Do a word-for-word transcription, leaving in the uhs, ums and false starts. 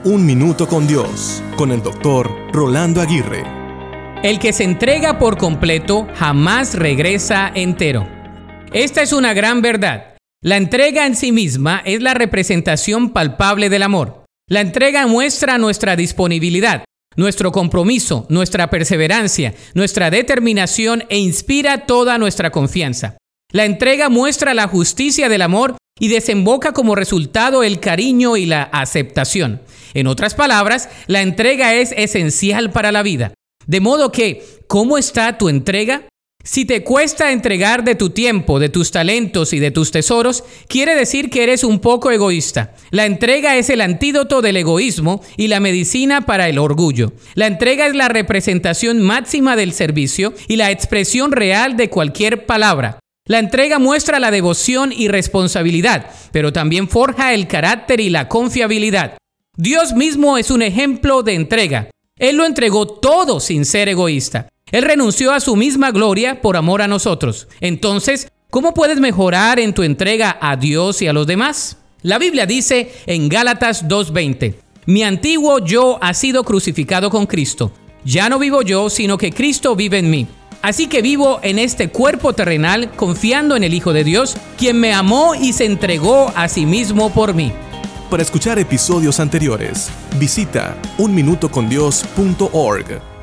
Un Minuto con Dios, con el doctor Rolando Aguirre. El que se entrega por completo jamás regresa entero. Esta es una gran verdad. La entrega en sí misma es la representación palpable del amor. La entrega muestra nuestra disponibilidad, nuestro compromiso, nuestra perseverancia, nuestra determinación e inspira toda nuestra confianza. La entrega muestra la justicia del amor y desemboca como resultado el cariño y la aceptación. En otras palabras, la entrega es esencial para la vida. De modo que, ¿cómo está tu entrega? Si te cuesta entregar de tu tiempo, de tus talentos y de tus tesoros, quiere decir que eres un poco egoísta. La entrega es el antídoto del egoísmo y la medicina para el orgullo. La entrega es la representación máxima del servicio y la expresión real de cualquier palabra. La entrega muestra la devoción y responsabilidad, pero también forja el carácter y la confiabilidad. Dios mismo es un ejemplo de entrega. Él lo entregó todo sin ser egoísta. Él renunció a su misma gloria por amor a nosotros. Entonces, ¿cómo puedes mejorar en tu entrega a Dios y a los demás? La Biblia dice en Gálatas dos veinte, mi antiguo yo ha sido crucificado con Cristo. Ya no vivo yo, sino que Cristo vive en mí. Así que vivo en este cuerpo terrenal confiando en el Hijo de Dios, quien me amó y se entregó a sí mismo por mí. Para escuchar episodios anteriores, visita un minuto con dios punto org.